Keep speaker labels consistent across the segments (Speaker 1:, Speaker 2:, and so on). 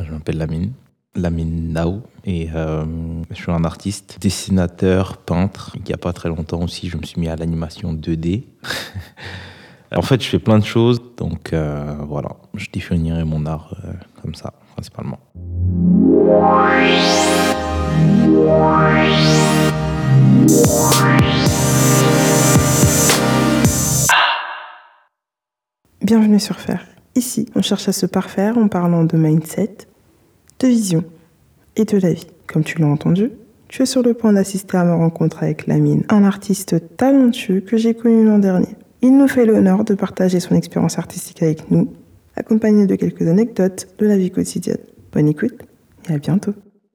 Speaker 1: Je m'appelle Lamine Nao, et je suis un artiste, dessinateur, peintre. Il n'y a pas très longtemps aussi, je me suis mis à l'animation 2D. En fait, je fais plein de choses, donc voilà, je définirais mon art comme ça, principalement.
Speaker 2: Bienvenue sur Faire. Ici, on cherche à se parfaire en parlant de mindset, de vision et de la vie. Comme tu l'as entendu, tu es sur le point d'assister à ma rencontre avec Lamine, un artiste talentueux que j'ai connu l'an dernier. Il nous fait l'honneur de partager son expérience artistique avec nous, accompagné de quelques anecdotes de la vie quotidienne. Bonne écoute et à bientôt.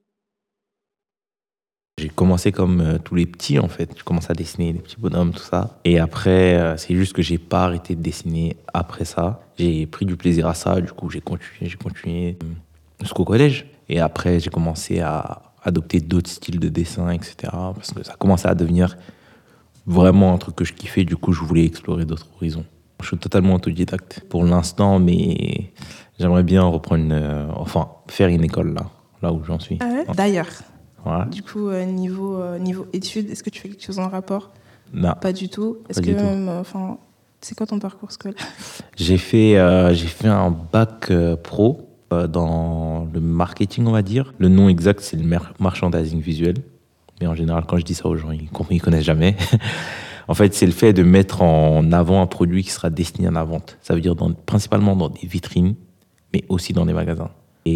Speaker 1: J'ai commencé comme tous les petits, en fait. Je commençais à dessiner les petits bonhommes, tout ça. Et après, c'est juste que j'ai pas arrêté de dessiner après ça. J'ai pris du plaisir à ça. Du coup, j'ai continué jusqu'au collège. Et après, j'ai commencé à adopter d'autres styles de dessin, etc. Parce que ça commençait à devenir vraiment un truc que je kiffais. Du coup, je voulais explorer d'autres horizons. Je suis totalement autodidacte pour l'instant, mais j'aimerais bien reprendre faire une école là où j'en suis.
Speaker 2: Ah ouais ? D'ailleurs.
Speaker 1: Ouais.
Speaker 2: Du coup, niveau études, est-ce que tu fais quelque chose en rapport ?
Speaker 1: Non.
Speaker 2: Pas du tout. Est-ce
Speaker 1: Pas
Speaker 2: que
Speaker 1: du tout.
Speaker 2: même, c'est quoi ton parcours scolaire ?
Speaker 1: J'ai fait un bac pro dans le marketing, on va dire. Le nom exact, c'est le merchandising visuel. Mais en général, quand je dis ça aux gens, ils connaissent jamais. En fait, c'est le fait de mettre en avant un produit qui sera destiné à la vente. Ça veut dire principalement dans des vitrines, mais aussi dans des magasins.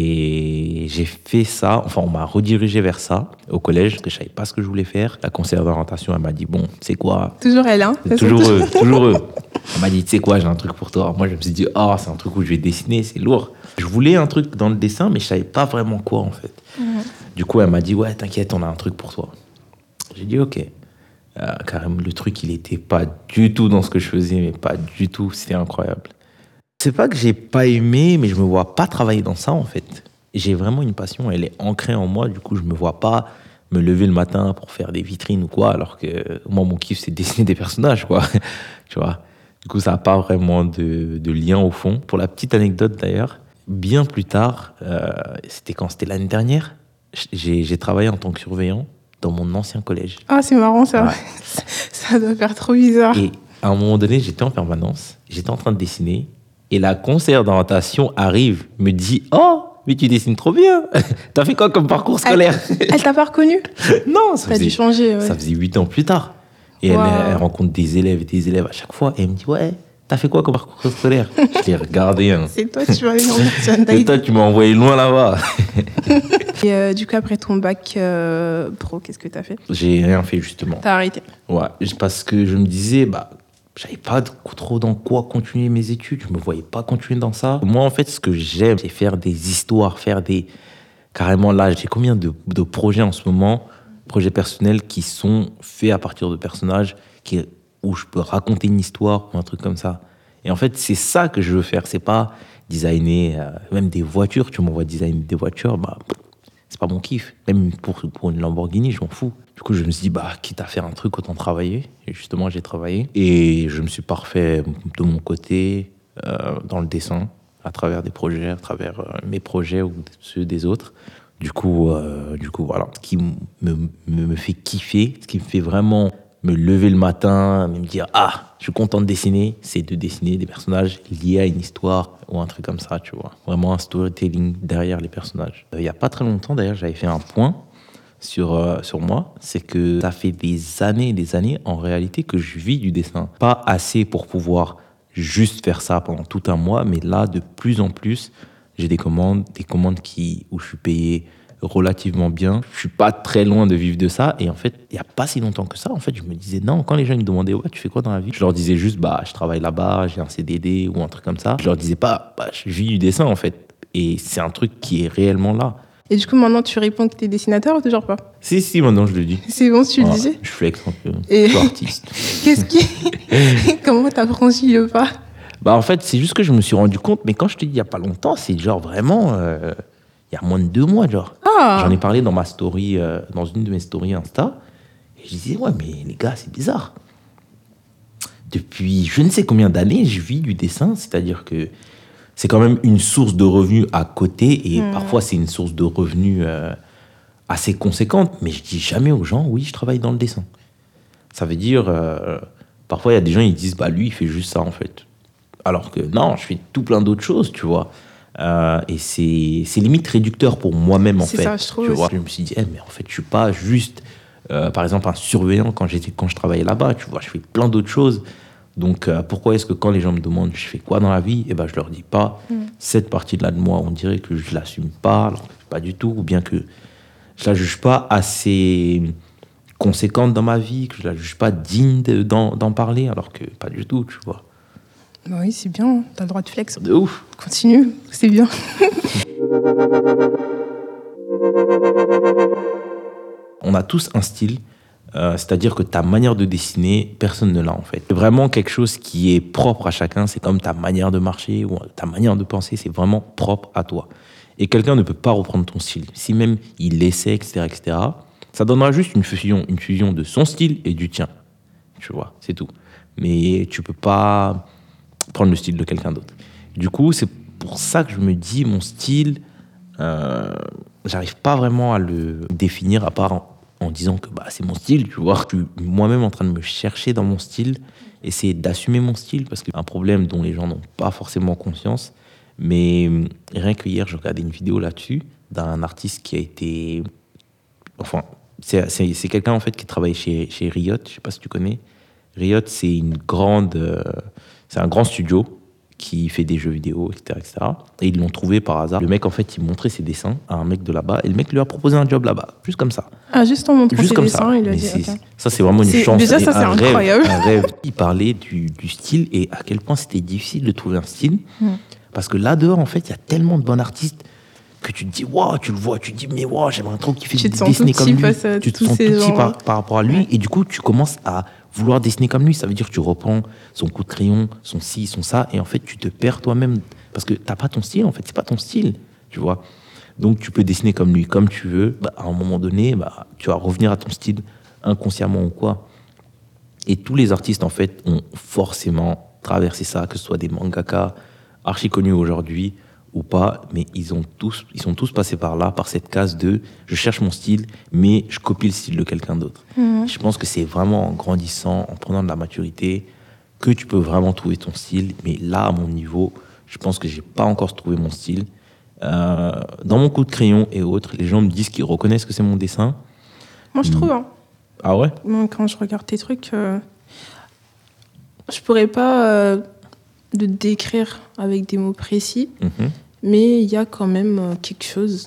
Speaker 1: Et j'ai fait ça, on m'a redirigé vers ça au collège, parce que je savais pas ce que je voulais faire. La conseillère d'orientation, elle m'a dit, bon, c'est quoi ?
Speaker 2: Toujours elle, hein ?
Speaker 1: Toujours eux. Elle m'a dit, tu sais quoi, j'ai un truc pour toi. Moi, je me suis dit, c'est un truc où je vais dessiner, c'est lourd. Je voulais un truc dans le dessin, mais je savais pas vraiment quoi, en fait. Du coup, elle m'a dit, ouais, t'inquiète, on a un truc pour toi. J'ai dit, ok. Carrément, le truc, il était pas du tout dans ce que je faisais, mais pas du tout. C'était incroyable. C'est pas que j'ai pas aimé, mais je me vois pas travailler dans ça, en fait. J'ai vraiment une passion, elle est ancrée en moi. Du coup, je me vois pas me lever le matin pour faire des vitrines ou quoi, alors que moi, mon kiff, c'est de dessiner des personnages, quoi. Tu vois. Du coup, ça n'a pas vraiment de lien au fond. Pour la petite anecdote, d'ailleurs, bien plus tard, c'était l'année dernière, j'ai travaillé en tant que surveillant dans mon ancien collège.
Speaker 2: Ah, c'est marrant, ça.
Speaker 1: Ouais.
Speaker 2: Ça doit faire trop bizarre.
Speaker 1: Et à un moment donné, j'étais en permanence, j'étais en train de dessiner, et la conseillère d'orientation arrive, me dit « Oh, mais tu dessines trop bien. T'as fait quoi comme parcours scolaire ?»
Speaker 2: Elle t'a pas reconnu ?
Speaker 1: Non,
Speaker 2: T'as dû changer, ouais.
Speaker 1: Ça faisait 8 ans plus tard. Et
Speaker 2: Wow.
Speaker 1: elle rencontre des élèves à chaque fois, et elle me dit « Ouais, t'as fait quoi comme parcours scolaire ?» Je l'ai regardé. Hein.
Speaker 2: C'est toi, tu m'as envoyé
Speaker 1: C'est toi, tu m'as envoyé loin là-bas.
Speaker 2: Et du coup, après ton bac pro, qu'est-ce que t'as fait ?
Speaker 1: J'ai rien fait, justement.
Speaker 2: T'as arrêté ?
Speaker 1: Ouais, parce que je me disais, je savais pas trop dans quoi continuer mes études. Je me voyais pas continuer dans ça. Moi, en fait, ce que j'aime, c'est faire des histoires, carrément là, j'ai combien de projets en ce moment, projets personnels qui sont faits à partir de personnages où je peux raconter une histoire ou un truc comme ça. Et en fait, c'est ça que je veux faire. C'est pas designer même des voitures. Tu m'envoies designer des voitures, c'est pas mon kiff. Même pour une Lamborghini, je m'en fous. Du coup, je me suis dit, quitte à faire un truc, autant travailler. Et justement, j'ai travaillé. Et je me suis parfait de mon côté dans le dessin, à travers des projets, à travers mes projets ou ceux des autres. Du coup, voilà. Ce qui me fait kiffer, ce qui me fait vraiment me lever le matin, me dire « Ah, je suis content de dessiner », c'est de dessiner des personnages liés à une histoire ou un truc comme ça, tu vois. Vraiment un storytelling derrière les personnages. Il n'y a pas très longtemps, d'ailleurs, j'avais fait un point sur moi. C'est que ça fait des années, en réalité, que je vis du dessin. Pas assez pour pouvoir juste faire ça pendant tout un mois, mais là, de plus en plus, j'ai des commandes où je suis payé relativement bien. Je suis pas très loin de vivre de ça. Et en fait, il y a pas si longtemps que ça, en fait, je me disais non. Quand les gens me demandaient ouais, tu fais quoi dans la vie, je leur disais juste je travaille là-bas, j'ai un CDD ou un truc comme ça. Je leur disais pas je vis du dessin en fait. Et c'est un truc qui est réellement là.
Speaker 2: Et du coup, maintenant, tu réponds que t'es dessinateur ou toujours pas ?
Speaker 1: Si, maintenant je le dis.
Speaker 2: C'est bon, tu le disais ?
Speaker 1: Je flex un peu.
Speaker 2: Et
Speaker 1: Je suis artiste.
Speaker 2: Comment t'as franchi le pas ?
Speaker 1: En fait, c'est juste que je me suis rendu compte, mais quand je te dis il y a pas longtemps, c'est genre vraiment il y a moins de 2 mois, genre.
Speaker 2: Ah.
Speaker 1: J'en ai parlé dans ma story, dans une de mes stories Insta, et je disais ouais, mais les gars, c'est bizarre. Depuis je ne sais combien d'années, je vis du dessin, c'est-à-dire que c'est quand même une source de revenus à côté. Et parfois, c'est une source de revenus assez conséquente. Mais je dis jamais aux gens, oui, je travaille dans le dessin. Ça veut dire, parfois, il y a des gens, ils disent, bah lui, il fait juste ça, en fait. Alors que non, je fais tout plein d'autres choses, tu vois. Et c'est limite réducteur pour moi-même, en fait.
Speaker 2: C'est ça, je trouve
Speaker 1: tu vois.
Speaker 2: aussi.
Speaker 1: Je me suis dit, mais en fait, je suis pas juste, par exemple, un surveillant quand je travaillais là-bas, tu vois. Je fais plein d'autres choses. Donc, pourquoi est-ce que quand les gens me demandent je fais quoi dans la vie, eh ben, je leur dis pas cette partie-là de moi, on dirait que je l'assume pas, alors que pas du tout, ou bien que je la juge pas assez conséquente dans ma vie, que je la juge pas digne d'en parler, alors que pas du tout, tu vois.
Speaker 2: Bah oui, c'est bien, t'as le droit de flex.
Speaker 1: De ouf.
Speaker 2: Continue, c'est bien.
Speaker 1: On a tous un style, c'est-à-dire que ta manière de dessiner, personne ne l'a en fait. C'est vraiment quelque chose qui est propre à chacun, c'est comme ta manière de marcher ou ta manière de penser, c'est vraiment propre à toi. Et quelqu'un ne peut pas reprendre ton style. Si même il l'essaie, etc., ça donnera juste une fusion de son style et du tien. Tu vois, c'est tout. Mais tu peux pas prendre le style de quelqu'un d'autre. Du coup, c'est pour ça que je me dis, mon style, j'arrive pas vraiment à le définir à part en disant que bah, c'est mon style, tu vois. Je suis moi-même en train de me chercher dans mon style, essayer d'assumer mon style, parce que c'est un problème dont les gens n'ont pas forcément conscience. Mais rien que hier, je regardais une vidéo là-dessus d'un artiste qui a été... Enfin, c'est quelqu'un en fait qui travaille chez Riot, je sais pas si tu connais. Riot, c'est un grand studio qui fait des jeux vidéo, etc., etc. Et ils l'ont trouvé par hasard. Le mec, en fait, il montrait ses dessins à un mec de là-bas, et le mec lui a proposé un job là-bas, juste comme ça.
Speaker 2: Ah, juste en montrant
Speaker 1: Juste
Speaker 2: ses
Speaker 1: comme
Speaker 2: dessins,
Speaker 1: ça.
Speaker 2: il a
Speaker 1: Mais
Speaker 2: dit, ok.
Speaker 1: ça, c'est vraiment une chance.
Speaker 2: Déjà, ça,
Speaker 1: et
Speaker 2: c'est incroyable.
Speaker 1: Un rêve. Il parlait du style et à quel point c'était difficile de trouver un style. Parce que là-dehors, en fait, il y a tellement de bons artistes que tu te dis, waouh, tu le vois, tu te dis, mais waouh, j'aimerais trop qu'il
Speaker 2: Tu te
Speaker 1: fasse
Speaker 2: sens
Speaker 1: dessiner
Speaker 2: tout
Speaker 1: comme
Speaker 2: petit
Speaker 1: lui.
Speaker 2: face à
Speaker 1: Tu te
Speaker 2: tous
Speaker 1: sens tout
Speaker 2: ces
Speaker 1: petit
Speaker 2: gens.
Speaker 1: par rapport à lui. Et du coup, tu commences à vouloir dessiner comme lui. Ça veut dire que tu reprends son coup de crayon, son ci, son ça. Et en fait, tu te perds toi-même. Parce que t'as pas ton style, en fait. C'est pas ton style, tu vois. Donc, tu peux dessiner comme lui, comme tu veux. Bah, à un moment donné, bah, tu vas revenir à ton style inconsciemment ou quoi. Et tous les artistes, en fait, ont forcément traversé ça, que ce soit des mangaka archi connus aujourd'hui ou pas, mais ils sont tous passés par là, par cette case de je cherche mon style, mais je copie le style de quelqu'un d'autre. Je pense que c'est vraiment en grandissant, en prenant de la maturité, que tu peux vraiment trouver ton style. Mais là, à mon niveau, je pense que j'ai pas encore trouvé mon style. Dans mon coup de crayon et autres, les gens me disent qu'ils reconnaissent que c'est mon dessin.
Speaker 2: Moi, je trouve, hein.
Speaker 1: Ah ouais?
Speaker 2: Moi, quand je regarde tes trucs, je pourrais pas le décrire avec des mots précis, mais il y a quand même quelque chose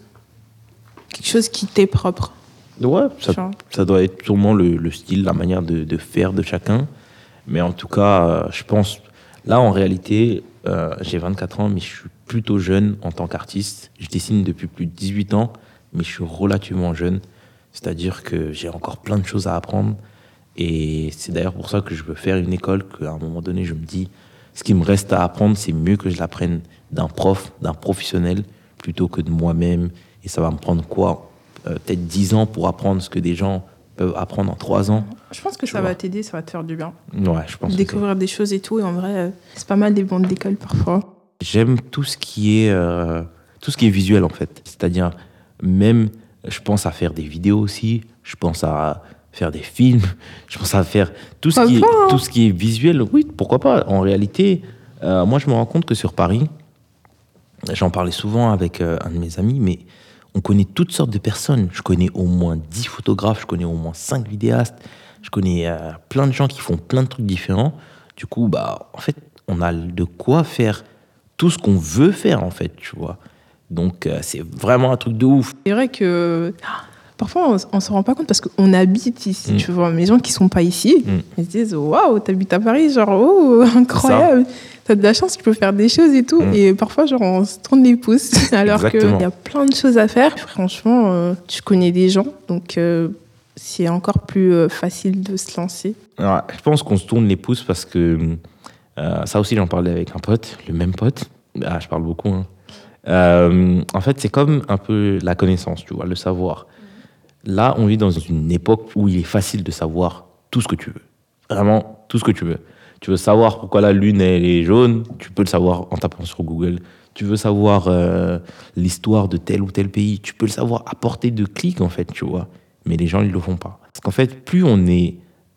Speaker 2: qui t'est propre.
Speaker 1: Ouais, ça doit être sûrement le style, la manière de faire de chacun. Mais en tout cas, je pense... Là, en réalité, j'ai 24 ans, mais je suis plutôt jeune en tant qu'artiste. Je dessine depuis plus de 18 ans, mais je suis relativement jeune. C'est-à-dire que j'ai encore plein de choses à apprendre. Et c'est d'ailleurs pour ça que je veux faire une école, qu'à un moment donné, je me dis, ce qui me reste à apprendre, c'est mieux que je l'apprenne d'un prof, d'un professionnel, plutôt que de moi-même. Et ça va me prendre quoi? Peut-être 10 ans pour apprendre ce que des gens peuvent apprendre en 3 ans.
Speaker 2: Je pense que ça va t'aider, ça va te faire du bien.
Speaker 1: Ouais, je pense.
Speaker 2: Découvrir des choses et tout. Et en vrai, c'est pas mal des bandes d'école parfois.
Speaker 1: J'aime tout ce qui est visuel, en fait. C'est-à-dire, même, je pense à faire des vidéos aussi. Je pense à faire des films. Je pense à faire tout ce qui est visuel. Oui, pourquoi pas. En réalité, moi, je me rends compte que sur Paris, j'en parlais souvent avec un de mes amis, mais on connaît toutes sortes de personnes. Je connais au moins 10 photographes, je connais au moins 5 vidéastes, je connais plein de gens qui font plein de trucs différents. Du coup, bah, en fait, on a de quoi faire tout ce qu'on veut faire, en fait, tu vois. Donc, c'est vraiment un truc de ouf.
Speaker 2: C'est vrai que parfois, on se rend pas compte parce qu'on habite ici, tu vois. Mais les gens qui sont pas ici, ils se disent « Waouh, t'habites à Paris, genre, oh, incroyable !» T'as de la chance, tu peux faire des choses et tout. Et parfois, genre, on se tourne les pouces. Alors qu'il y a plein de choses à faire. Franchement, tu connais des gens. Donc, c'est encore plus facile de se lancer.
Speaker 1: Alors, je pense qu'on se tourne les pouces parce que ça aussi, j'en parlais avec un pote, le même pote. Ah, je parle beaucoup. Hein. En fait, c'est comme un peu la connaissance, tu vois, le savoir. Là, on vit dans une époque où il est facile de savoir tout ce que tu veux. Vraiment, tout ce que tu veux. Tu veux savoir pourquoi la lune elle est jaune, tu peux le savoir en tapant sur Google. Tu veux savoir l'histoire de tel ou tel pays, tu peux le savoir à portée de clic, en fait, tu vois. Mais les gens, ils le font pas. Parce qu'en fait, plus on est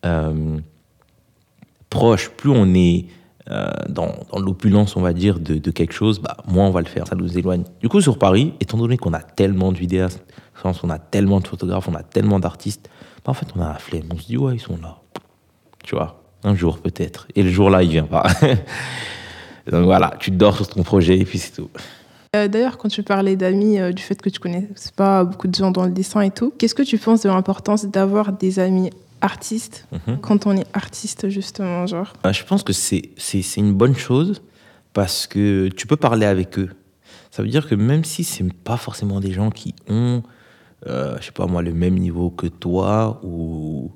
Speaker 1: proche, plus on est dans l'opulence, on va dire, de quelque chose, bah, moins on va le faire, ça nous éloigne. Du coup, sur Paris, étant donné qu'on a tellement de vidéastes, on a tellement de photographes, on a tellement d'artistes, bah, en fait, on a la flemme. On se dit, ouais, ils sont là. Tu vois, un jour peut-être. Et le jour-là, il vient pas. Donc voilà, tu dors sur ton projet et puis c'est tout.
Speaker 2: D'ailleurs, quand tu parlais d'amis, du fait que tu connais pas beaucoup de gens dans le dessin et tout, qu'est-ce que tu penses de l'importance d'avoir des amis artistes quand on est artiste, justement, genre?
Speaker 1: Je pense que c'est une bonne chose parce que tu peux parler avec eux. Ça veut dire que même si c'est pas forcément des gens qui ont, je sais pas moi, le même niveau que toi ou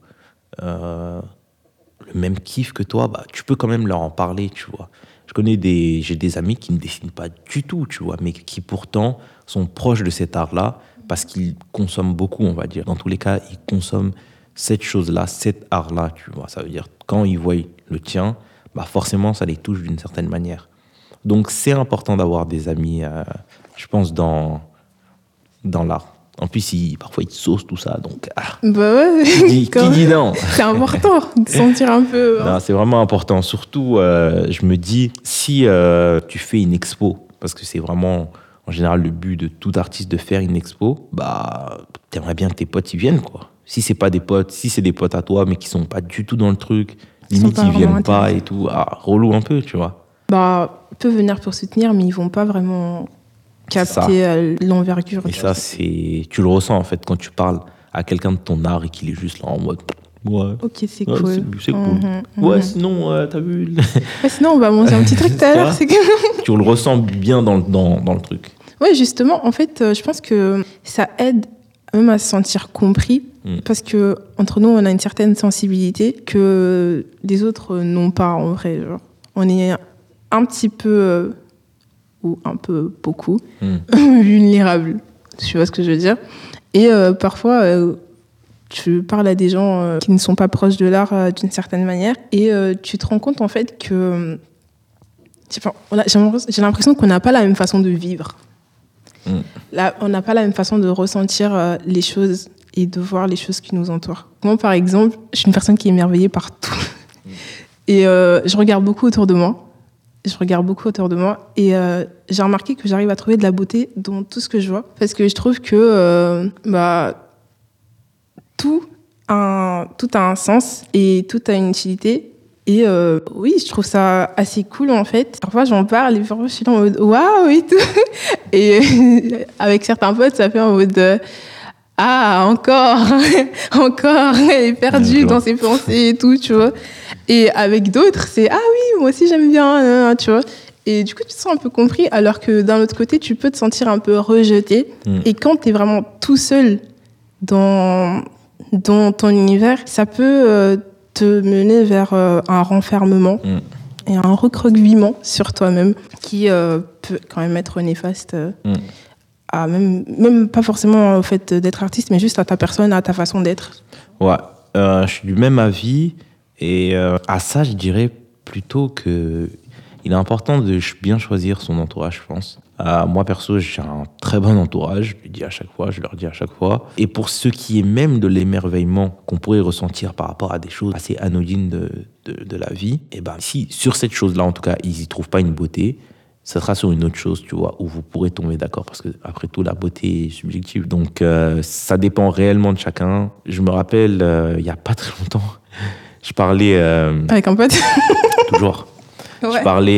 Speaker 1: le même kiff que toi, bah, tu peux quand même leur en parler, tu vois. J'ai des amis qui ne dessinent pas du tout, tu vois, mais qui pourtant sont proches de cet art-là parce qu'ils consomment beaucoup, on va dire. Dans tous les cas, ils consomment cette chose-là, cet art-là, tu vois. Ça veut dire, quand ils voient le tien, bah forcément, ça les touche d'une certaine manière. Donc, c'est important d'avoir des amis, je pense, dans l'art. En plus, parfois, ils te saucent tout ça, donc...
Speaker 2: Bah ouais,
Speaker 1: qui dit non?
Speaker 2: C'est important de sentir un peu...
Speaker 1: Non, c'est vraiment important. Surtout, je me dis, si tu fais une expo, parce que c'est vraiment, en général, le but de tout artiste de faire une expo, bah, t'aimerais bien que tes potes y viennent, quoi. Si c'est pas des potes, si c'est des potes à toi, mais qui sont pas du tout dans le truc, limite, ils viennent pas et tout, relou un peu, tu vois.
Speaker 2: Bah, ils peuvent venir pour soutenir, mais ils vont pas vraiment capter l'envergure.
Speaker 1: Et ça, tu le ressens, en fait, quand tu parles à quelqu'un de ton art et qu'il est juste là en mode... Ouais.
Speaker 2: Ok, c'est cool.
Speaker 1: C'est cool. Ouais, sinon, t'as vu...
Speaker 2: Ouais, sinon, on va manger un petit truc tout à l'heure.
Speaker 1: Tu le ressens bien dans le truc.
Speaker 2: Ouais, justement, en fait, je pense que ça aide même à se sentir compris. Parce que entre nous, on a une certaine sensibilité que les autres n'ont pas, en vrai. Genre. On est un petit peu, ou un peu beaucoup, vulnérable. Tu vois ce que je veux dire? Et parfois... tu parles à des gens qui ne sont pas proches de l'art d'une certaine manière et tu te rends compte en fait que j'ai l'impression qu'on n'a pas la même façon de vivre. Là, on n'a pas la même façon de ressentir les choses et de voir les choses qui nous entourent. Moi, par exemple, je suis une personne qui est émerveillée par tout. Et je regarde beaucoup autour de moi. Et j'ai remarqué que j'arrive à trouver de la beauté dans tout ce que je vois. Parce que je trouve que... tout a un sens et tout a une utilité. Et oui, je trouve ça assez cool en fait. Parfois, j'en parle et parfois, je suis là en mode waouh et tout. Et avec certains potes, ça fait en mode encore, elle est perdue dans ses pensées et tout, tu vois. Et avec d'autres, c'est oui, moi aussi j'aime bien, tu vois. Et du coup, tu te sens un peu compris, alors que d'un autre côté, tu peux te sentir un peu rejeté. Et quand tu es vraiment tout seul dans ton univers, ça peut te mener vers un renfermement et un recroquevillement sur toi-même qui peut quand même être néfaste à même pas forcément au fait d'être artiste, mais juste à ta personne, à ta façon d'être.
Speaker 1: Ouais, je suis du même avis et à ça, je dirais plutôt que il est important de bien choisir son entourage, je pense. Moi, perso, j'ai un très bon entourage, je leur dis à chaque fois. Et pour ce qui est même de l'émerveillement qu'on pourrait ressentir par rapport à des choses assez anodines de la vie, et ben, si sur cette chose-là, en tout cas, ils n'y trouvent pas une beauté, ça sera sur une autre chose, tu vois, où vous pourrez tomber d'accord, parce que après tout, la beauté est subjective. Donc, ça dépend réellement de chacun. Je me rappelle, il n'y a pas très longtemps, je parlais...
Speaker 2: Avec un pote.
Speaker 1: Toujours. Ouais.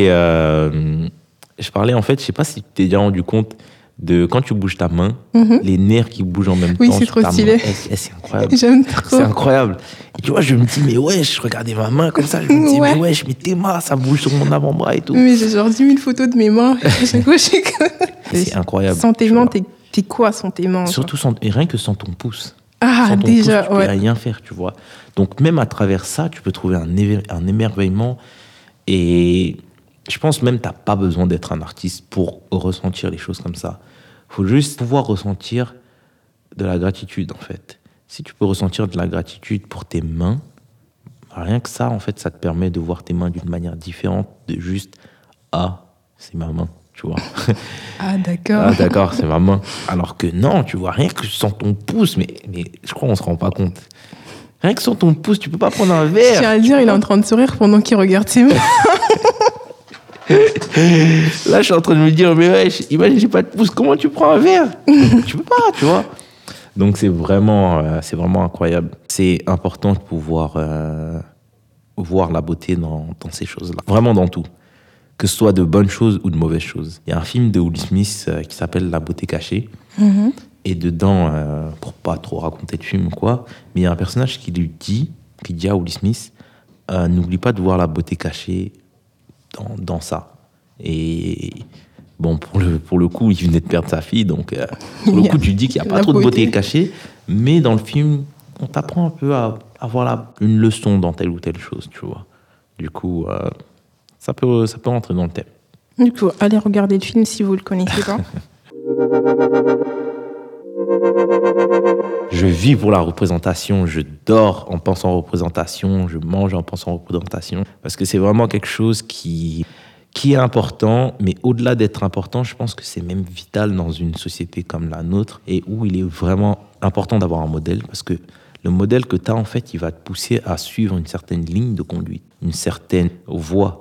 Speaker 1: Je parlais en fait, je sais pas si tu t'es déjà rendu compte de quand tu bouges ta main, les nerfs qui bougent en même temps.
Speaker 2: Oui, c'est trop stylé.
Speaker 1: C'est incroyable.
Speaker 2: J'aime trop.
Speaker 1: C'est incroyable. Et tu vois, je me dis, mais wesh, je regardais ma main comme ça, je me dis, mais wesh, mais tes mains, ça bouge sur mon avant-bras et tout.
Speaker 2: Mais j'ai genre 10 000 photos de mes mains.
Speaker 1: C'est incroyable.
Speaker 2: Sans tes mains, t'es quoi sans tes mains?
Speaker 1: Surtout et rien que sans ton pouce.
Speaker 2: Sans ton déjà,
Speaker 1: pouce, tu peux rien faire, tu vois. Donc même à travers ça, tu peux trouver un émerveillement. Et je pense même que tu n'as pas besoin d'être un artiste pour ressentir les choses comme ça. Il faut juste pouvoir ressentir de la gratitude, en fait. Si tu peux ressentir de la gratitude pour tes mains, Rien que ça, en fait, ça te permet de voir tes mains d'une manière différente, de juste, ah, c'est ma main, tu vois.
Speaker 2: Ah, d'accord.
Speaker 1: Ah, d'accord, c'est ma main. Alors que non, tu vois, rien que sans ton pouce, mais je crois qu'on se rend pas compte. Rien que sans ton pouce, tu peux pas prendre un
Speaker 2: Je
Speaker 1: verre.
Speaker 2: tiens à le dire, il est en train de sourire pendant qu'il regarde ses mains.
Speaker 1: Là, je suis en train de me dire, mais ouais, imagine, j'ai pas de pouce, comment tu prends un verre? Tu peux pas, tu vois. Donc, c'est vraiment incroyable. C'est important de pouvoir voir la beauté dans ces choses-là. Vraiment dans tout. Que ce soit de bonnes choses ou de mauvaises choses. Il y a un film de Will Smith qui s'appelle La beauté cachée. Et dedans, pour pas trop raconter le film ou quoi, mais il y a un personnage qui dit à Will Smith, n'oublie pas de voir la beauté cachée dans ça. Et bon, pour le coup, il venait de perdre sa fille, donc pour le coup, tu dis qu'il n'y a pas trop de beauté cachée, mais dans le film, on t'apprend un peu à avoir une leçon dans telle ou telle chose, tu vois. Du coup, ça peut rentrer dans le thème.
Speaker 2: Du coup, allez regarder le film si vous ne le connaissez pas.
Speaker 1: Je vis pour la représentation, je dors en pensant représentation, je mange en pensant représentation, parce que c'est vraiment quelque chose qui est important, mais au-delà d'être important, je pense que c'est même vital dans une société comme la nôtre, et où il est vraiment important d'avoir un modèle, parce que le modèle que tu as, en fait, il va te pousser à suivre une certaine ligne de conduite, une certaine voie.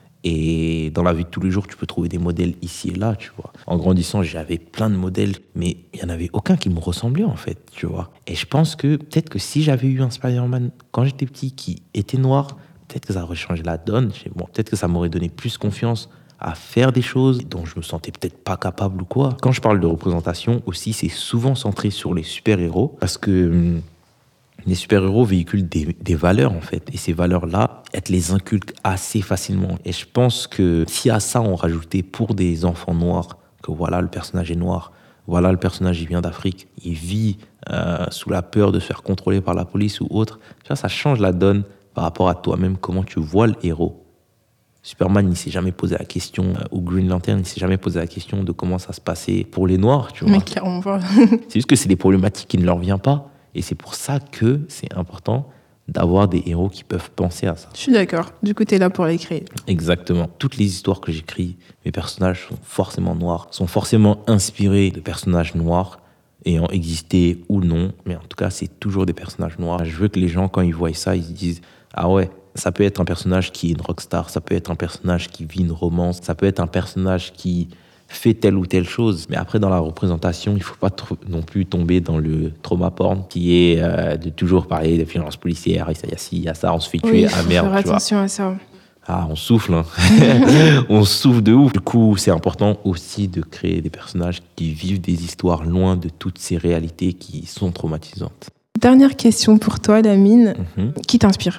Speaker 1: Et dans la vie de tous les jours, tu peux trouver des modèles ici et là, tu vois. En grandissant, j'avais plein de modèles, mais il n'y en avait aucun qui me ressemblait, en fait, tu vois. Et je pense que peut-être que si j'avais eu un Spider-Man quand j'étais petit qui était noir, peut-être que ça aurait changé la donne. Bon, peut-être que ça m'aurait donné plus confiance à faire des choses dont je me sentais peut-être pas capable ou quoi. Quand je parle de représentation aussi, c'est souvent centré sur les super-héros, parce que les super-héros véhiculent des valeurs, en fait. Et ces valeurs-là, elles te les inculquent assez facilement. Et je pense que si à ça, on rajoutait pour des enfants noirs, que voilà, le personnage est noir, voilà, le personnage, il vient d'Afrique, il vit sous la peur de se faire contrôler par la police ou autre, tu vois, ça change la donne par rapport à toi-même, comment tu vois le héros. Superman, il ne s'est jamais posé la question, ou Green Lantern, il ne s'est jamais posé la question de comment ça se passait pour les Noirs, tu vois.
Speaker 2: Mais clairement pas.
Speaker 1: C'est juste que c'est des problématiques qui ne leur viennent pas. Et c'est pour ça que c'est important d'avoir des héros qui peuvent penser à ça.
Speaker 2: Je suis d'accord. Du coup, tu es là pour les créer.
Speaker 1: Exactement. Toutes les histoires que j'écris, mes personnages sont forcément noirs, sont forcément inspirés de personnages noirs, ayant existé ou non. Mais en tout cas, c'est toujours des personnages noirs. Je veux que les gens, quand ils voient ça, ils se disent « Ah ouais, ça peut être un personnage qui est une rockstar, ça peut être un personnage qui vit une romance, ça peut être un personnage qui fait telle ou telle chose. » Mais après, dans la représentation, il ne faut pas non plus tomber dans le trauma porn, qui est de toujours parler de violences policières, il y a ci, il y a ça, on se fait tuer,
Speaker 2: ah
Speaker 1: merde,
Speaker 2: faire
Speaker 1: tu vois.
Speaker 2: attention à ça.
Speaker 1: Ah, on souffle, hein. On souffle de ouf. Du coup, c'est important aussi de créer des personnages qui vivent des histoires loin de toutes ces réalités qui sont traumatisantes.
Speaker 2: Dernière question pour toi, Lamine. Qui t'inspire?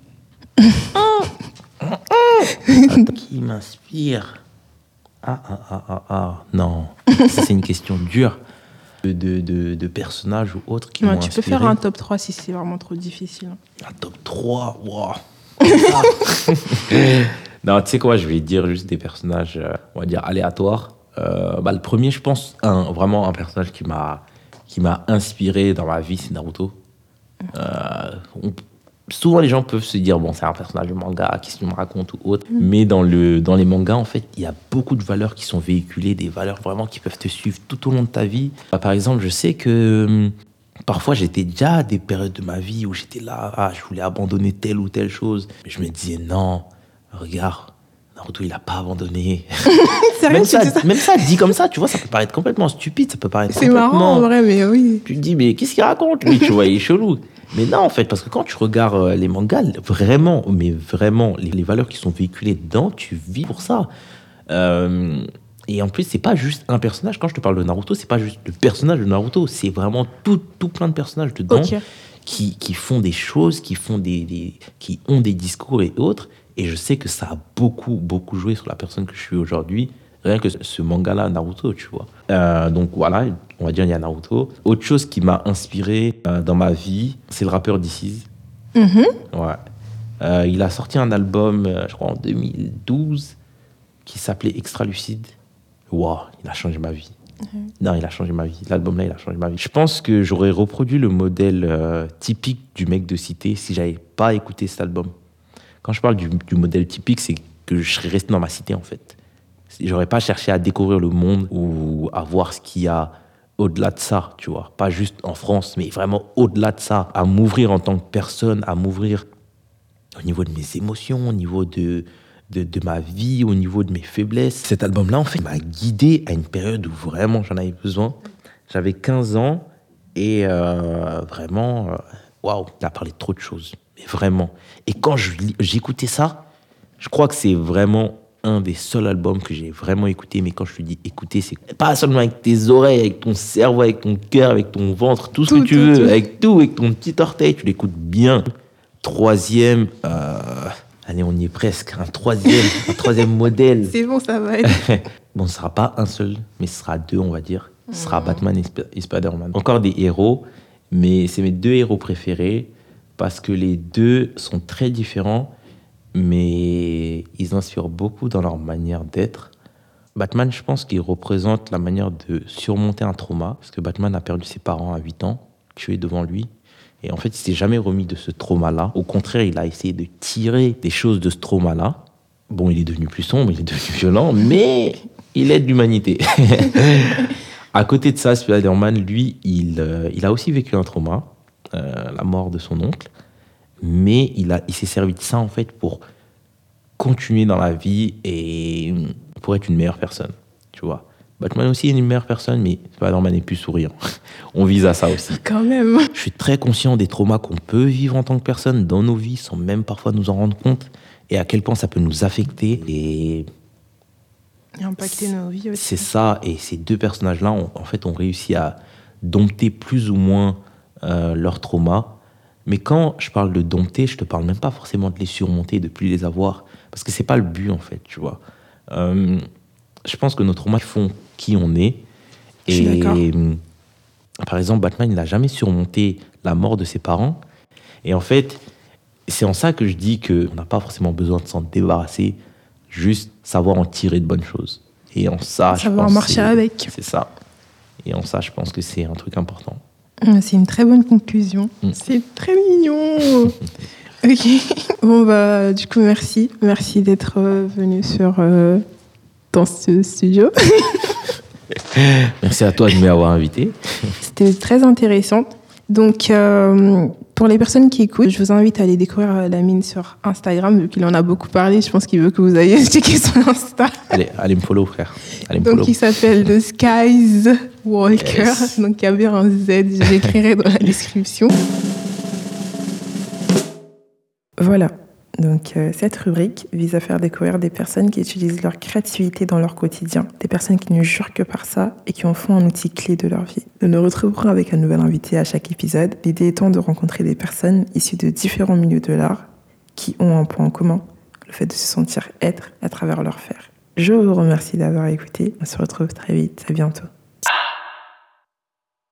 Speaker 1: Qui m'inspire? Non, ça, c'est une question dure. De personnages ou autres qui m'ont inspiré.
Speaker 2: Tu peux faire un top 3 si c'est vraiment trop difficile.
Speaker 1: Un top 3, wow. Non, tu sais quoi, je vais dire juste des personnages, on va dire, aléatoires. Le premier, je pense, vraiment un personnage qui m'a inspiré dans ma vie, c'est Naruto. Souvent, les gens peuvent se dire, bon, c'est un personnage de manga, qu'est-ce qu'il me raconte ou autre. Mais dans les mangas, en fait, il y a beaucoup de valeurs qui sont véhiculées, des valeurs vraiment qui peuvent te suivre tout au long de ta vie. Par exemple, je sais que parfois, j'étais déjà à des périodes de ma vie où j'étais là, je voulais abandonner telle ou telle chose. Mais je me disais, non, regarde, Naruto, il n'a pas abandonné.
Speaker 2: Sérieux,
Speaker 1: même ça, dit comme ça, tu vois, ça peut paraître complètement stupide, ça peut paraître
Speaker 2: c'est
Speaker 1: complètement...
Speaker 2: marrant, en vrai, mais oui.
Speaker 1: Tu te dis, mais qu'est-ce qu'il raconte, lui, tu vois, il est chelou. Mais non, en fait, parce que quand tu regardes les mangas, vraiment, les valeurs qui sont véhiculées dedans, tu vis pour ça. Et en plus, c'est pas juste un personnage. Quand je te parle de Naruto, c'est pas juste le personnage de Naruto. C'est vraiment tout plein de personnages dedans qui font des choses, qui ont des discours et autres. Et je sais que ça a beaucoup joué sur la personne que je suis aujourd'hui. Rien que ce manga-là, Naruto, tu vois. Donc voilà, on va dire il y a Naruto. Autre chose qui m'a inspiré dans ma vie, c'est le rappeur DC's. Ouais. Il a sorti un album, je crois en 2012, qui s'appelait Extra Lucide. Waouh, il a changé ma vie. Non, il a changé ma vie. L'album-là, il a changé ma vie. Je pense que j'aurais reproduit le modèle typique du mec de cité si j'avais pas écouté cet album. Quand je parle du modèle typique, c'est que je serais resté dans ma cité, en fait. J'aurais pas cherché à découvrir le monde ou à voir ce qu'il y a au-delà de ça, tu vois. Pas juste en France, mais vraiment au-delà de ça. À m'ouvrir en tant que personne, à m'ouvrir au niveau de mes émotions, au niveau de ma vie, au niveau de mes faiblesses. Cet album-là, en fait, m'a guidé à une période où vraiment j'en avais besoin. J'avais 15 ans et vraiment, waouh, il a parlé de trop de choses. Mais vraiment. Et quand j'écoutais ça, je crois que c'est vraiment un des seuls albums que j'ai vraiment écouté. Mais quand je te dis écouter, c'est pas seulement avec tes oreilles, avec ton cerveau, avec ton cœur, avec ton ventre, tout ce que tu veux, avec ton petit orteil, tu l'écoutes bien. Troisième, allez, on y est presque, un troisième modèle.
Speaker 2: C'est bon, ça va être.
Speaker 1: Bon, ce sera pas un seul, mais ce sera deux, on va dire. Ce sera Batman et Spider-Man. Encore des héros, mais c'est mes deux héros préférés parce que les deux sont très différents, mais ils inspirent beaucoup dans leur manière d'être. Batman, je pense qu'il représente la manière de surmonter un trauma, parce que Batman a perdu ses parents à 8 ans, tués devant lui. Et en fait, il s'est jamais remis de ce trauma-là. Au contraire, il a essayé de tirer des choses de ce trauma-là. Bon, il est devenu plus sombre, il est devenu violent, mais il aide l'humanité. À côté de ça, Spider-Man, lui, il a aussi vécu un trauma, la mort de son oncle, mais il s'est servi de ça, en fait, pour continuer dans la vie et pour être une meilleure personne, tu vois. Batman aussi est une meilleure personne, mais Spider-Man est plus souriant. On vise à ça aussi.
Speaker 2: Quand même.
Speaker 1: Je suis très conscient des traumas qu'on peut vivre en tant que personne dans nos vies, sans même parfois nous en rendre compte, et à quel point ça peut nous affecter et
Speaker 2: impacter nos vies aussi.
Speaker 1: C'est ça, et ces deux personnages-là, en fait, ont réussi à dompter plus ou moins leurs traumas. Mais quand je parle de dompter, je te parle même pas forcément de les surmonter, de plus les avoir, parce que c'est pas le but, en fait, tu vois. Je pense que nos traumas font qui on est.
Speaker 2: Je suis d'accord.
Speaker 1: Par exemple, Batman, il n'a jamais surmonté la mort de ses parents. Et en fait, c'est en ça que je dis qu'on n'a pas forcément besoin de s'en débarrasser, juste savoir en tirer de bonnes choses. Et en ça,
Speaker 2: savoir marcher avec.
Speaker 1: C'est ça. Et en ça, je pense que c'est un truc important.
Speaker 2: C'est une très bonne conclusion. C'est très mignon. Ok. Bon, bah, du coup, merci. Merci d'être venu dans ce studio.
Speaker 1: Merci à toi de m'avoir invité.
Speaker 2: C'était très intéressant. Donc, pour les personnes qui écoutent, je vous invite à aller découvrir Lamine sur Instagram, vu qu'il en a beaucoup parlé. Je pense qu'il veut que vous ayez checké son Insta.
Speaker 1: Allez me follow, frère.
Speaker 2: Donc, il s'appelle The Skies Walker. Yes. Donc, il y a bien un Z, j'écrirai dans la description. Voilà. Donc, cette rubrique vise à faire découvrir des personnes qui utilisent leur créativité dans leur quotidien, des personnes qui ne jurent que par ça et qui en font un outil clé de leur vie. Nous nous retrouverons avec un nouvel invité à chaque épisode, l'idée étant de rencontrer des personnes issues de différents milieux de l'art qui ont un point en commun, le fait de se sentir être à travers leur faire. Je vous remercie d'avoir écouté, on se retrouve très vite, à bientôt.